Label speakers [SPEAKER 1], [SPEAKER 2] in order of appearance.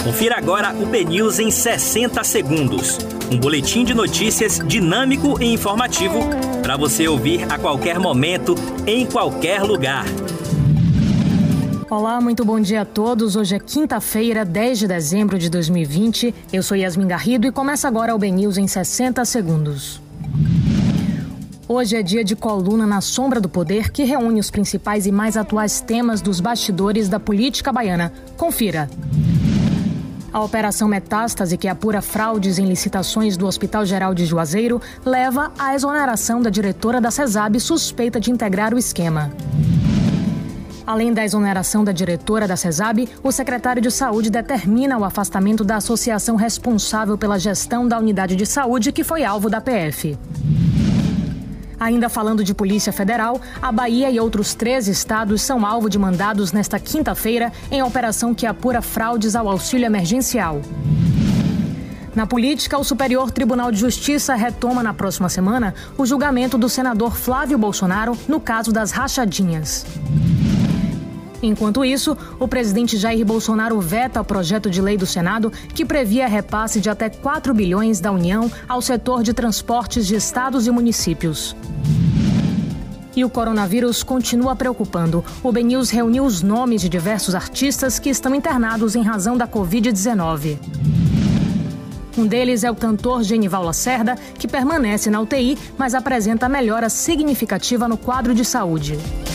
[SPEAKER 1] Confira agora o BNews em 60 segundos. Um boletim de notícias dinâmico e informativo para você ouvir a qualquer momento, em qualquer lugar.
[SPEAKER 2] Olá, muito bom dia a todos. Hoje é quinta-feira, 10 de dezembro de 2020. Eu sou Yasmin Garrido e começa agora o BNews em 60 segundos. Hoje é dia de coluna na Sombra do Poder, que reúne os principais e mais atuais temas dos bastidores da política baiana. Confira. A Operação Metástase, que apura fraudes em licitações do Hospital Geral de Juazeiro, leva à exoneração da diretora da CESAB suspeita de integrar o esquema. Além da exoneração da diretora da CESAB, o secretário de Saúde determina o afastamento da associação responsável pela gestão da unidade de saúde que foi alvo da PF. Ainda falando de Polícia Federal, a Bahia e outros 13 estados são alvo de mandados nesta quinta-feira em operação que apura fraudes ao auxílio emergencial. Na política, o Superior Tribunal de Justiça retoma na próxima semana o julgamento do senador Flávio Bolsonaro no caso das rachadinhas. Enquanto isso, o presidente Jair Bolsonaro veta o projeto de lei do Senado que previa repasse de até 4 bilhões da União ao setor de transportes de estados e municípios. E o coronavírus continua preocupando. O BNews reuniu os nomes de diversos artistas que estão internados em razão da Covid-19. Um deles é o cantor Genival Lacerda, que permanece na UTI, mas apresenta melhora significativa no quadro de saúde.